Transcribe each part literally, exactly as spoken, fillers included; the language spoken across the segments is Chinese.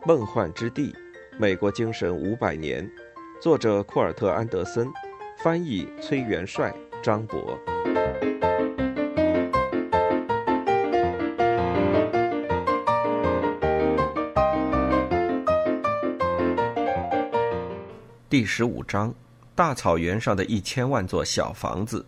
梦幻之地，美国精神五百年，作者库尔特·安德森，翻译崔元帅、张博。第十五章：大草原上的一千万座小房子。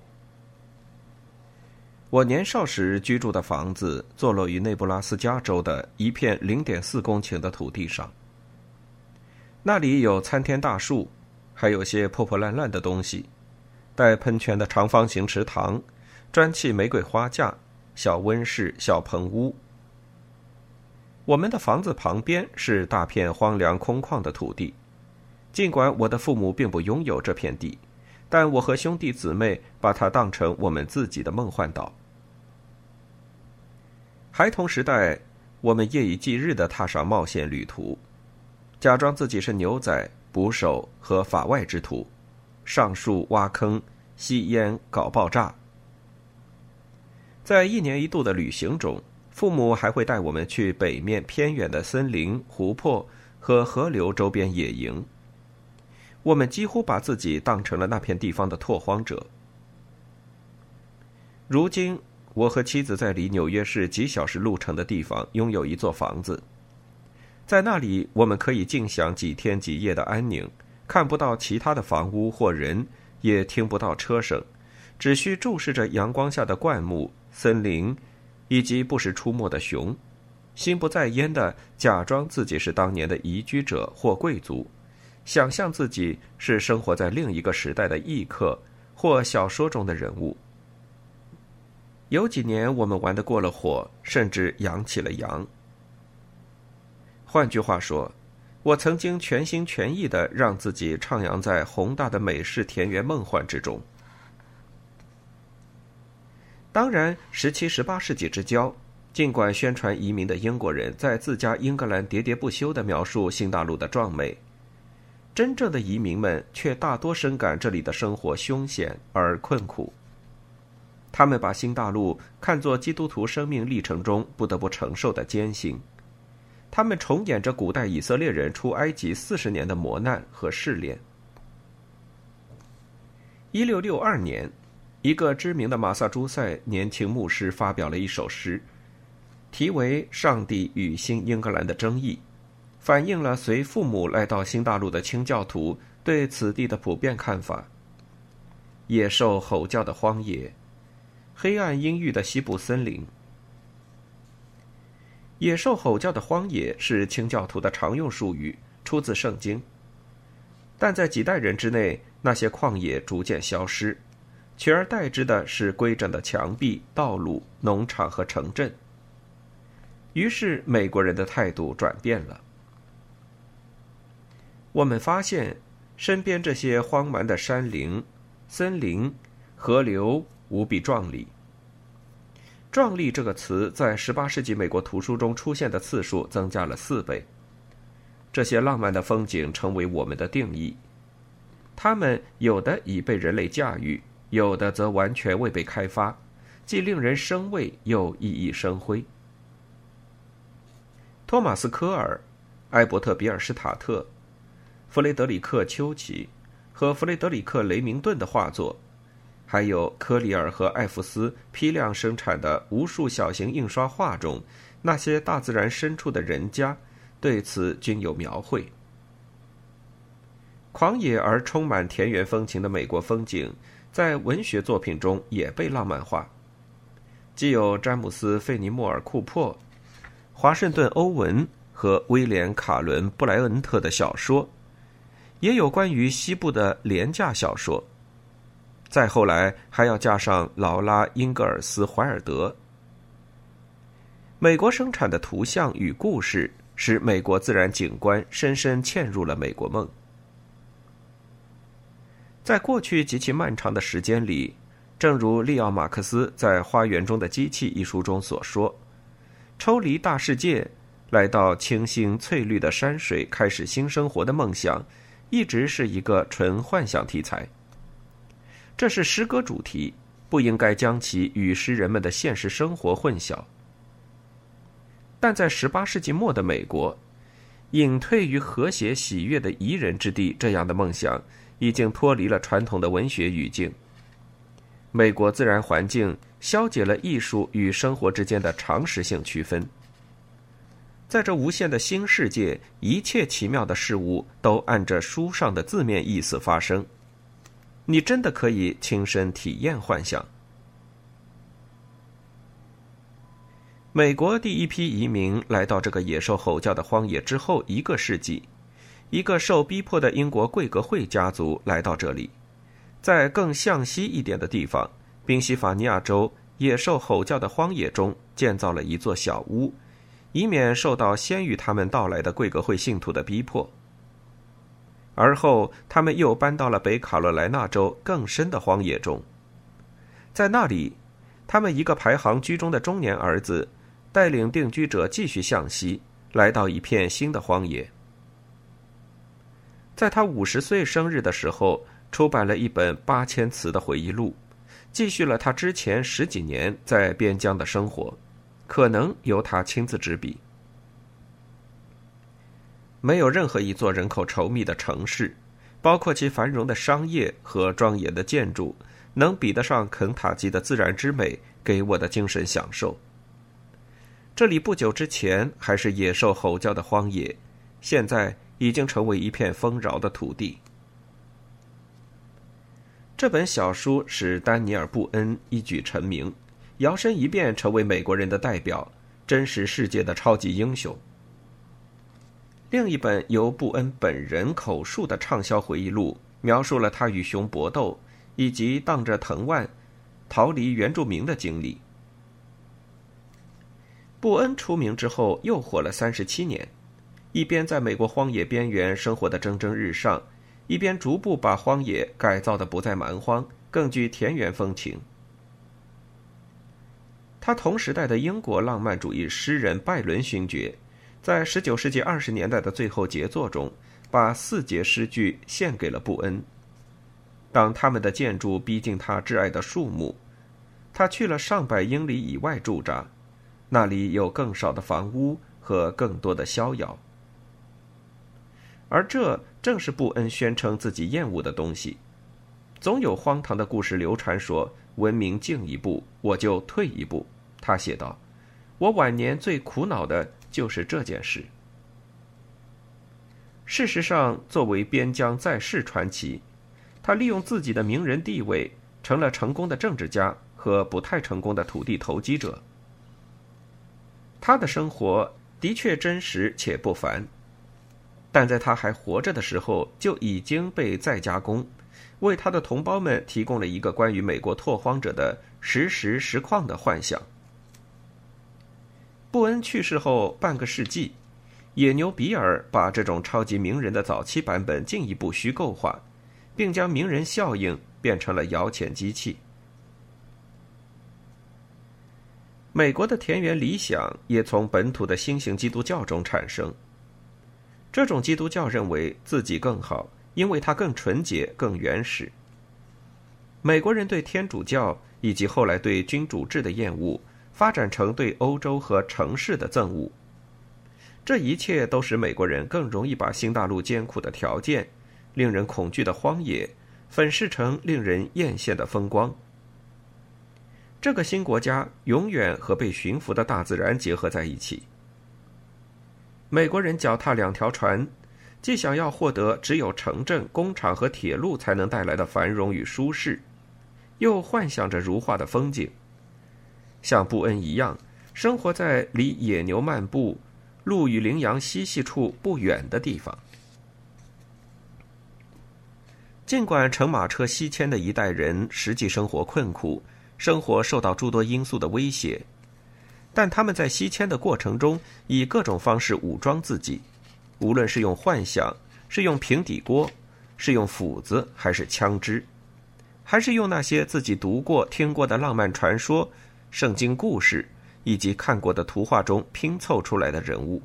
我年少时居住的房子坐落于内布拉斯加州的一片 零点四公顷的土地上。那里有参天大树，还有些破破烂烂的东西，带喷泉的长方形池塘，砖砌玫瑰花架，小温室、小棚屋。我们的房子旁边是大片荒凉空旷的土地，尽管我的父母并不拥有这片地，但我和兄弟姊妹把它当成我们自己的梦幻岛。孩童时代，我们夜以继日地踏上冒险旅途，假装自己是牛仔、捕手和法外之徒，上树挖坑、吸烟、搞爆炸。在一年一度的旅行中，父母还会带我们去北面偏远的森林、湖泊和河流周边野营。我们几乎把自己当成了那片地方的拓荒者。如今，我和妻子在离纽约市几小时路程的地方拥有一座房子，在那里我们可以静享几天几夜的安宁，看不到其他的房屋或人，也听不到车声，只需注视着阳光下的灌木、森林以及不时出没的熊，心不在焉地假装自己是当年的移居者或贵族，想象自己是生活在另一个时代的异客或小说中的人物。有几年我们玩得过了火，甚至养起了羊。换句话说，我曾经全心全意地让自己徜徉在宏大的美式田园梦幻之中。当然，十七、十八世纪之交，尽管宣传移民的英国人在自家英格兰喋喋不休地描述新大陆的壮美，真正的移民们却大多深感这里的生活凶险而困苦。他们把新大陆看作基督徒生命历程中不得不承受的艰辛，他们重演着古代以色列人出埃及四十年的磨难和试炼。一六六二年，一个知名的马萨诸塞年轻牧师发表了一首诗，题为《上帝与新英格兰的争议》，反映了随父母来到新大陆的清教徒对此地的普遍看法。野兽吼叫的荒野，黑暗阴郁的西部森林。野兽吼叫的荒野是清教徒的常用术语，出自圣经。但在几代人之内，那些旷野逐渐消失，取而代之的是规整的墙壁、道路、农场和城镇。于是美国人的态度转变了。我们发现，身边这些荒蛮的山林、森林、河流无比壮丽。壮丽这个词在十八世纪美国图书中出现的次数增加了四倍。这些浪漫的风景成为我们的定义，它们有的已被人类驾驭，有的则完全未被开发，既令人生畏又熠熠生辉。托马斯·科尔、埃伯特·比尔施塔特、弗雷德里克·丘奇和弗雷德里克·雷明顿的画作，还有科里尔和艾弗斯批量生产的无数小型印刷画中，那些大自然深处的人家对此均有描绘。狂野而充满田园风情的美国风景，在文学作品中也被浪漫化。既有詹姆斯·费尼莫尔·库珀、华盛顿·欧文和威廉·卡伦·布莱恩特的小说，也有关于西部的廉价小说。再后来还要加上劳拉·英格尔斯·怀尔德。美国生产的图像与故事使美国自然景观深深嵌入了美国梦。在过去极其漫长的时间里，正如利奥·马克思在《花园中的机器》一书中所说，抽离大世界，来到清新翠绿的山水开始新生活的梦想，一直是一个纯幻想题材。这是诗歌主题，不应该将其与诗人们的现实生活混淆。但在十八世纪末的美国， 隐退于和谐喜悦的宜人之地这样的梦想，已经脱离了传统的文学语境。美国自然环境消解了艺术与生活之间的常识性区分。在这无限的新世界，一切奇妙的事物都按着书上的字面意思发生。你真的可以亲身体验幻想。美国第一批移民来到这个野兽吼叫的荒野之后一个世纪，一个受逼迫的英国贵格会家族来到这里，在更向西一点的地方，宾夕法尼亚州野兽吼叫的荒野中建造了一座小屋，以免受到先于他们到来的贵格会信徒的逼迫。而后他们又搬到了北卡罗来纳州更深的荒野中，在那里，他们一个排行居中的中年儿子带领定居者继续向西，来到一片新的荒野。在他五十岁生日的时候，出版了一本八千词的回忆录，继续了他之前十几年在边疆的生活，可能由他亲自执笔。没有任何一座人口稠密的城市，包括其繁荣的商业和庄严的建筑，能比得上肯塔基的自然之美给我的精神享受。这里不久之前还是野兽吼叫的荒野，现在已经成为一片丰饶的土地。这本小书使丹尼尔·布恩一举成名，摇身一变成为美国人的代表，真实世界的超级英雄。另一本由布恩本人口述的畅销回忆录，描述了他与熊搏斗，以及荡着藤蔓逃离原住民的经历。布恩出名之后又活了三十七年，一边在美国荒野边缘生活的蒸蒸日上，一边逐步把荒野改造得不再蛮荒，更具田园风情。他同时代的英国浪漫主义诗人拜伦勋爵，在十九世纪二十年代的最后杰作中，把四节诗句献给了布恩。当他们的建筑逼近他挚爱的树木，他去了上百英里以外驻扎，那里有更少的房屋和更多的逍遥。而这正是布恩宣称自己厌恶的东西。总有荒唐的故事流传说，文明进一步，我就退一步。他写道，我晚年最苦恼的就是这件事。事实上，作为边疆在世传奇，他利用自己的名人地位，成了成功的政治家和不太成功的土地投机者。他的生活的确真实且不凡，但在他还活着的时候就已经被再加工，为他的同胞们提供了一个关于美国拓荒者的实时实况的幻想。布恩去世后半个世纪，野牛比尔把这种超级名人的早期版本进一步虚构化，并将名人效应变成了摇钱机器。美国的田园理想也从本土的新型基督教中产生。这种基督教认为自己更好，因为它更纯洁、更原始。美国人对天主教以及后来对君主制的厌恶，发展成对欧洲和城市的憎恶。这一切都使美国人更容易把新大陆艰苦的条件、令人恐惧的荒野，粉饰成令人艳羡的风光。这个新国家永远和被驯服的大自然结合在一起。美国人脚踏两条船，既想要获得只有城镇、工厂和铁路才能带来的繁荣与舒适，又幻想着如画的风景。像布恩一样，生活在离野牛漫步、鹿与羚羊嬉戏处不远的地方。尽管乘马车西迁的一代人实际生活困苦，生活受到诸多因素的威胁，但他们在西迁的过程中以各种方式武装自己，无论是用幻想，是用平底锅，是用斧子还是枪支，还是用那些自己读过听过的浪漫传说、圣经故事以及看过的图画中拼凑出来的人物。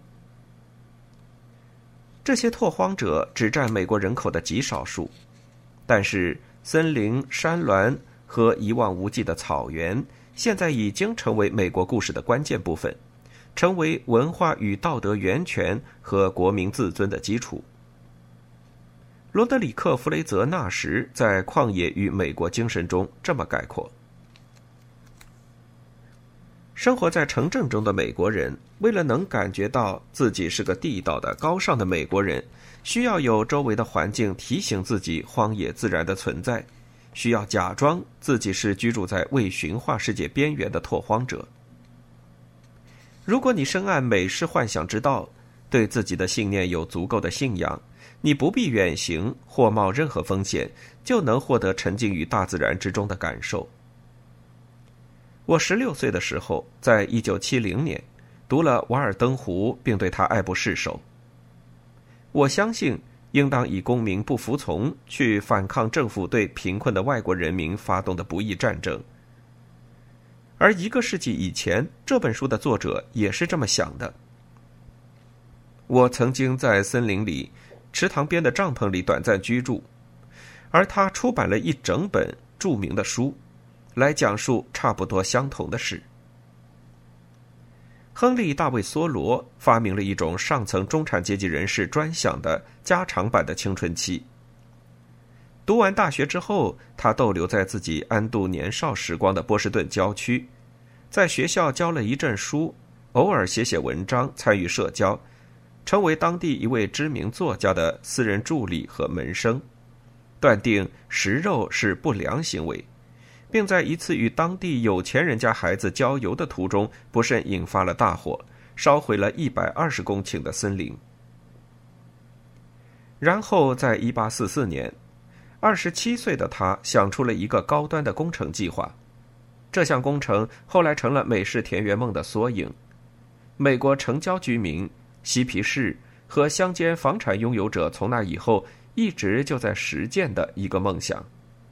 这些拓荒者只占美国人口的极少数，但是森林、山峦和一望无际的草原现在已经成为美国故事的关键部分， 成为文化与道德源泉和国民自尊的基础。罗德里克·弗雷泽那时在《旷野与美国精神》中这么概括：生活在城镇中的美国人，为了能感觉到自己是个地道的高尚的美国人，需要有周围的环境提醒自己荒野自然的存在，需要假装自己是居住在未驯化世界边缘的拓荒者。如果你深谙美式幻想之道，对自己的信念有足够的信仰，你不必远行或冒任何风险，就能获得沉浸于大自然之中的感受。我十六岁的时候，在一九七零年读了《瓦尔登湖》，并对他爱不释手。我相信应当以公民不服从去反抗政府对贫困的外国人民发动的不义战争。而一个世纪以前，这本书的作者也是这么想的。我曾经在森林里池塘边的帐篷里短暂居住，而他出版了一整本著名的书，来讲述差不多相同的事。亨利·大卫·梭罗发明了一种上层中产阶级人士专享的加长版的青春期。读完大学之后，他逗留在自己安度年少时光的波士顿郊区，在学校教了一阵书，偶尔写写文章，参与社交，成为当地一位知名作家的私人助理和门生，断定食肉是不良行为，并在一次与当地有钱人家孩子郊游的途中不慎引发了大火，烧毁了一百二十公顷的森林。然后在一八四四年，二十七岁的他想出了一个高端的工程计划，这项工程后来成了美式田园梦的缩影。美国城郊居民、嬉皮士和乡间房产拥有者从那以后一直就在实践的一个梦想。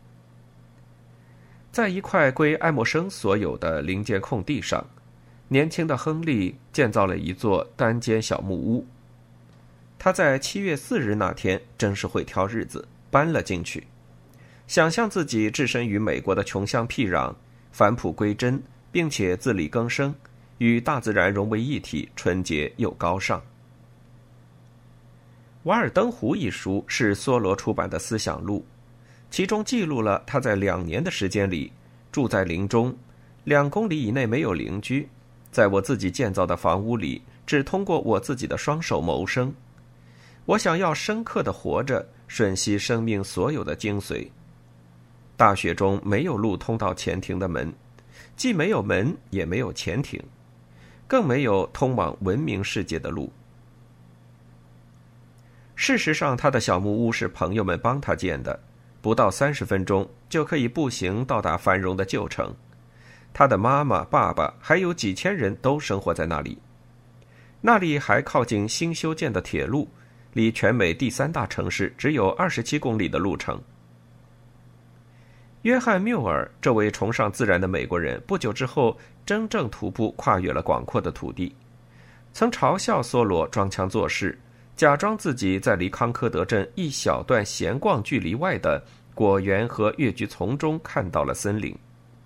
在一块归爱默生所有的林间空地上，年轻的亨利建造了一座单间小木屋。他在七月四日那天真是会挑日子，搬了进去，想象自己置身于美国的穷乡僻壤，返璞归真，并且自力更生，与大自然融为一体，纯洁又高尚。《瓦尔登湖》一书是梭罗出版的思想录，其中记录了他在两年的时间里住在林中，两公里以内没有邻居，在我自己建造的房屋里，只通过我自己的双手谋生。我想要深刻地活着，吮吸生命所有的精髓。大雪中没有路通到潜艇的门，既没有门，也没有潜艇，更没有通往文明世界的路。事实上，他的小木屋是朋友们帮他建的，不到三十分钟就可以步行到达繁荣的旧城。他的妈妈、爸爸还有几千人都生活在那里。那里还靠近新修建的铁路，离全美第三大城市只有二十七公里的路程。约翰·缪尔这位崇尚自然的美国人，不久之后真正徒步跨越了广阔的土地，曾嘲笑梭罗装腔作势，假装自己在离康科德镇一小段闲逛距离外的果园和越橘丛中看到了森林。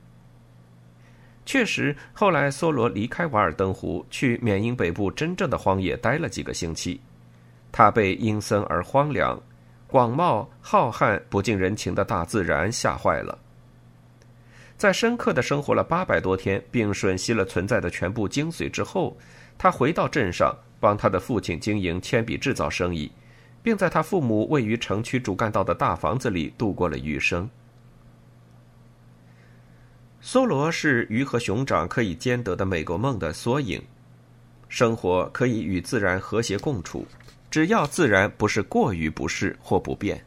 确实，后来梭罗离开瓦尔登湖，去缅因北部真正的荒野待了几个星期。他被阴森而荒凉、广袤浩瀚、不近人情的大自然吓坏了。在深刻地生活了八百多天，并吮吸了存在的全部精髓之后，他回到镇上，帮他的父亲经营铅笔制造生意，并在他父母位于城区主干道的大房子里度过了余生。梭罗是鱼和熊掌可以兼得的美国梦的缩影，生活可以与自然和谐共处，只要自然不是过于不适或不便。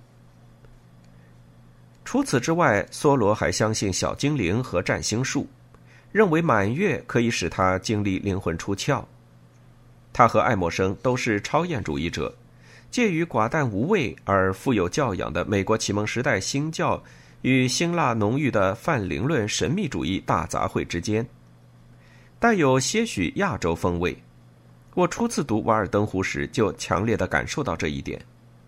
除此之外，梭罗还相信小精灵和占星术，认为满月可以使他经历灵魂出窍。他和爱默生都是超验主义者，介于寡淡无味而富有教养的美国启蒙时代新教与辛辣浓郁的泛灵论神秘主义大杂烩之间，带有些许亚洲风味。我初次读《瓦尔登湖》时就强烈地感受到这一点。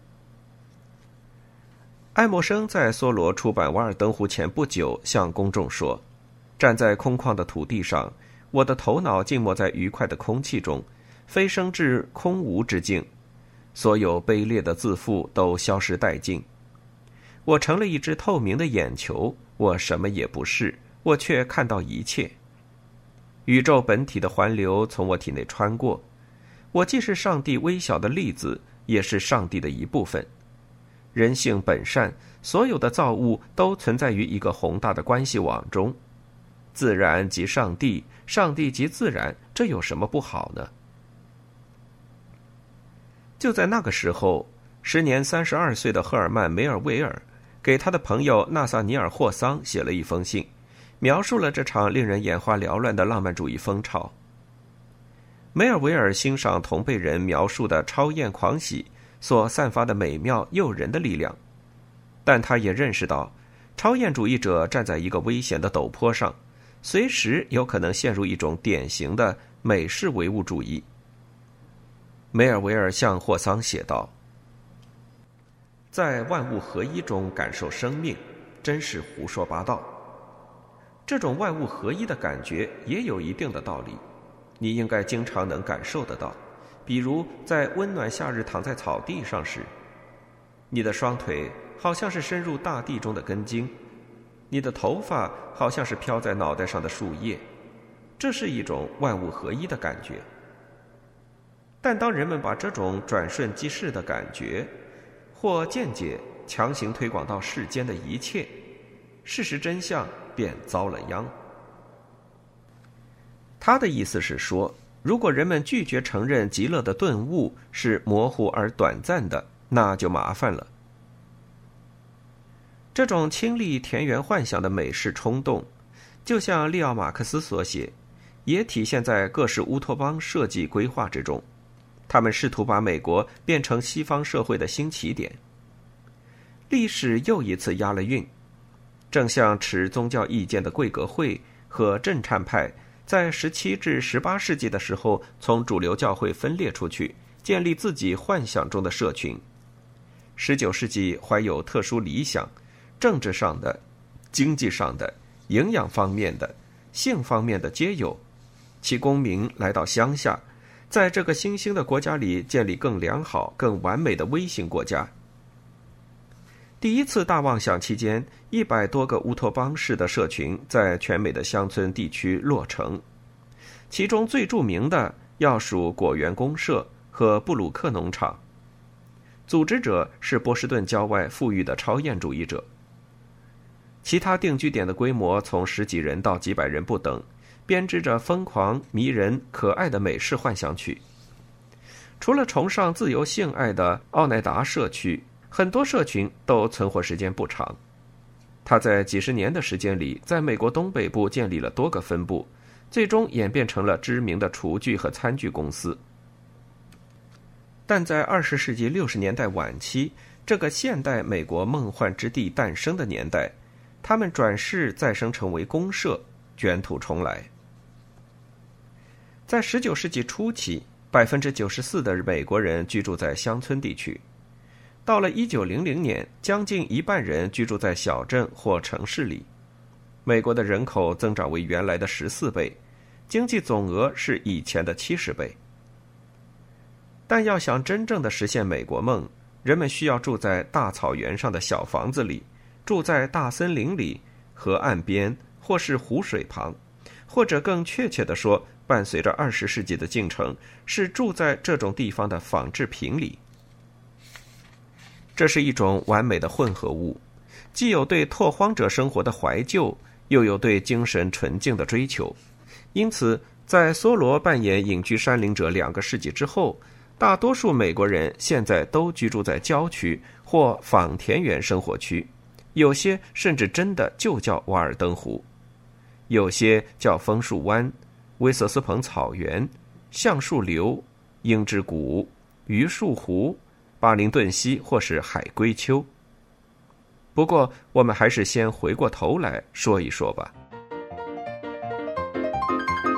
爱默生在梭罗出版《瓦尔登湖》前不久向公众说，站在空旷的土地上， 我的头脑静默在愉快的空气中，飞升至空无之境，所有卑劣的自负都消失殆尽。我成了一只透明的眼球，我什么也不是，我却看到一切。宇宙本体的环流从我体内穿过，我既是上帝微小的粒子，也是上帝的一部分。人性本善，所有的造物都存在于一个宏大的关系网中。自然即上帝，上帝即自然，这有什么不好呢？就在那个时候，时年三十二岁的赫尔曼·梅尔维尔给他的朋友纳萨尼尔·霍桑写了一封信，描述了这场令人眼花缭乱的浪漫主义风潮。梅尔维尔欣赏同辈人描述的超验狂喜所散发的美妙诱人的力量，但他也认识到，超验主义者站在一个危险的陡坡上，随时有可能陷入一种典型的美式唯物主义。梅尔维尔向霍桑写道：在万物合一中感受生命，真是胡说八道。这种万物合一的感觉也有一定的道理，你应该经常能感受得到，比如在温暖夏日躺在草地上时，你的双腿好像是深入大地中的根茎，你的头发好像是飘在脑袋上的树叶，这是一种万物合一的感觉。但当人们把这种转瞬即逝的感觉或见解强行推广到世间的一切，事实真相便遭了殃。他的意思是说，如果人们拒绝承认极乐的顿悟是模糊而短暂的，那就麻烦了。这种亲历田园幻想的美式冲动，就像利奥马克思所写，也体现在各式乌托邦设计规划之中。他们试图把美国变成西方社会的新起点。历史又一次押了韵，正像持宗教意见的贵格会和震颤派在十七至十八世纪的时候从主流教会分裂出去，建立自己幻想中的社群。十九世纪怀有特殊理想，政治上的、经济上的、营养方面的、性方面的皆有，其公民来到乡下，在这个新兴的国家里建立更良好、更完美的微型国家。第一次大妄想期间，一百多个乌托邦式的社群在全美的乡村地区落成，其中最著名的要数果园公社和布鲁克农场。组织者是波士顿郊外富裕的超验主义者。其他定居点的规模从十几人到几百人不等，编织着疯狂、迷人、可爱的美式幻想曲。除了崇尚自由性爱的奥奈达社区，很多社群都存活时间不长。他在几十年的时间里，在美国东北部建立了多个分部，最终演变成了知名的厨具和餐具公司。但在二十世纪六十年代晚期，这个现代美国梦幻之地诞生的年代，他们转世再生成为公社，卷土重来。在十九世纪初期，百分之九十四的美国人居住在乡村地区。到了一九零零年，将近一半人居住在小镇或城市里。美国的人口增长为原来的十四倍，经济总额是以前的七十倍。但要想真正的实现美国梦，人们需要住在大草原上的小房子里，住在大森林里、河岸边或是湖水旁，或者更确切地说，伴随着二十世纪的进程，是住在这种地方的仿制品里。这是一种完美的混合物，既有对拓荒者生活的怀旧，又有对精神纯净的追求。因此，在梭罗扮演隐居山林者两个世纪之后，大多数美国人现在都居住在郊区或仿田园生活区，有些甚至真的就叫瓦尔登湖，有些叫枫树湾、威瑟斯彭草原、橡树流、鹰之谷、榆树湖、巴林顿溪或是海龟丘。不过，我们还是先回过头来说一说吧。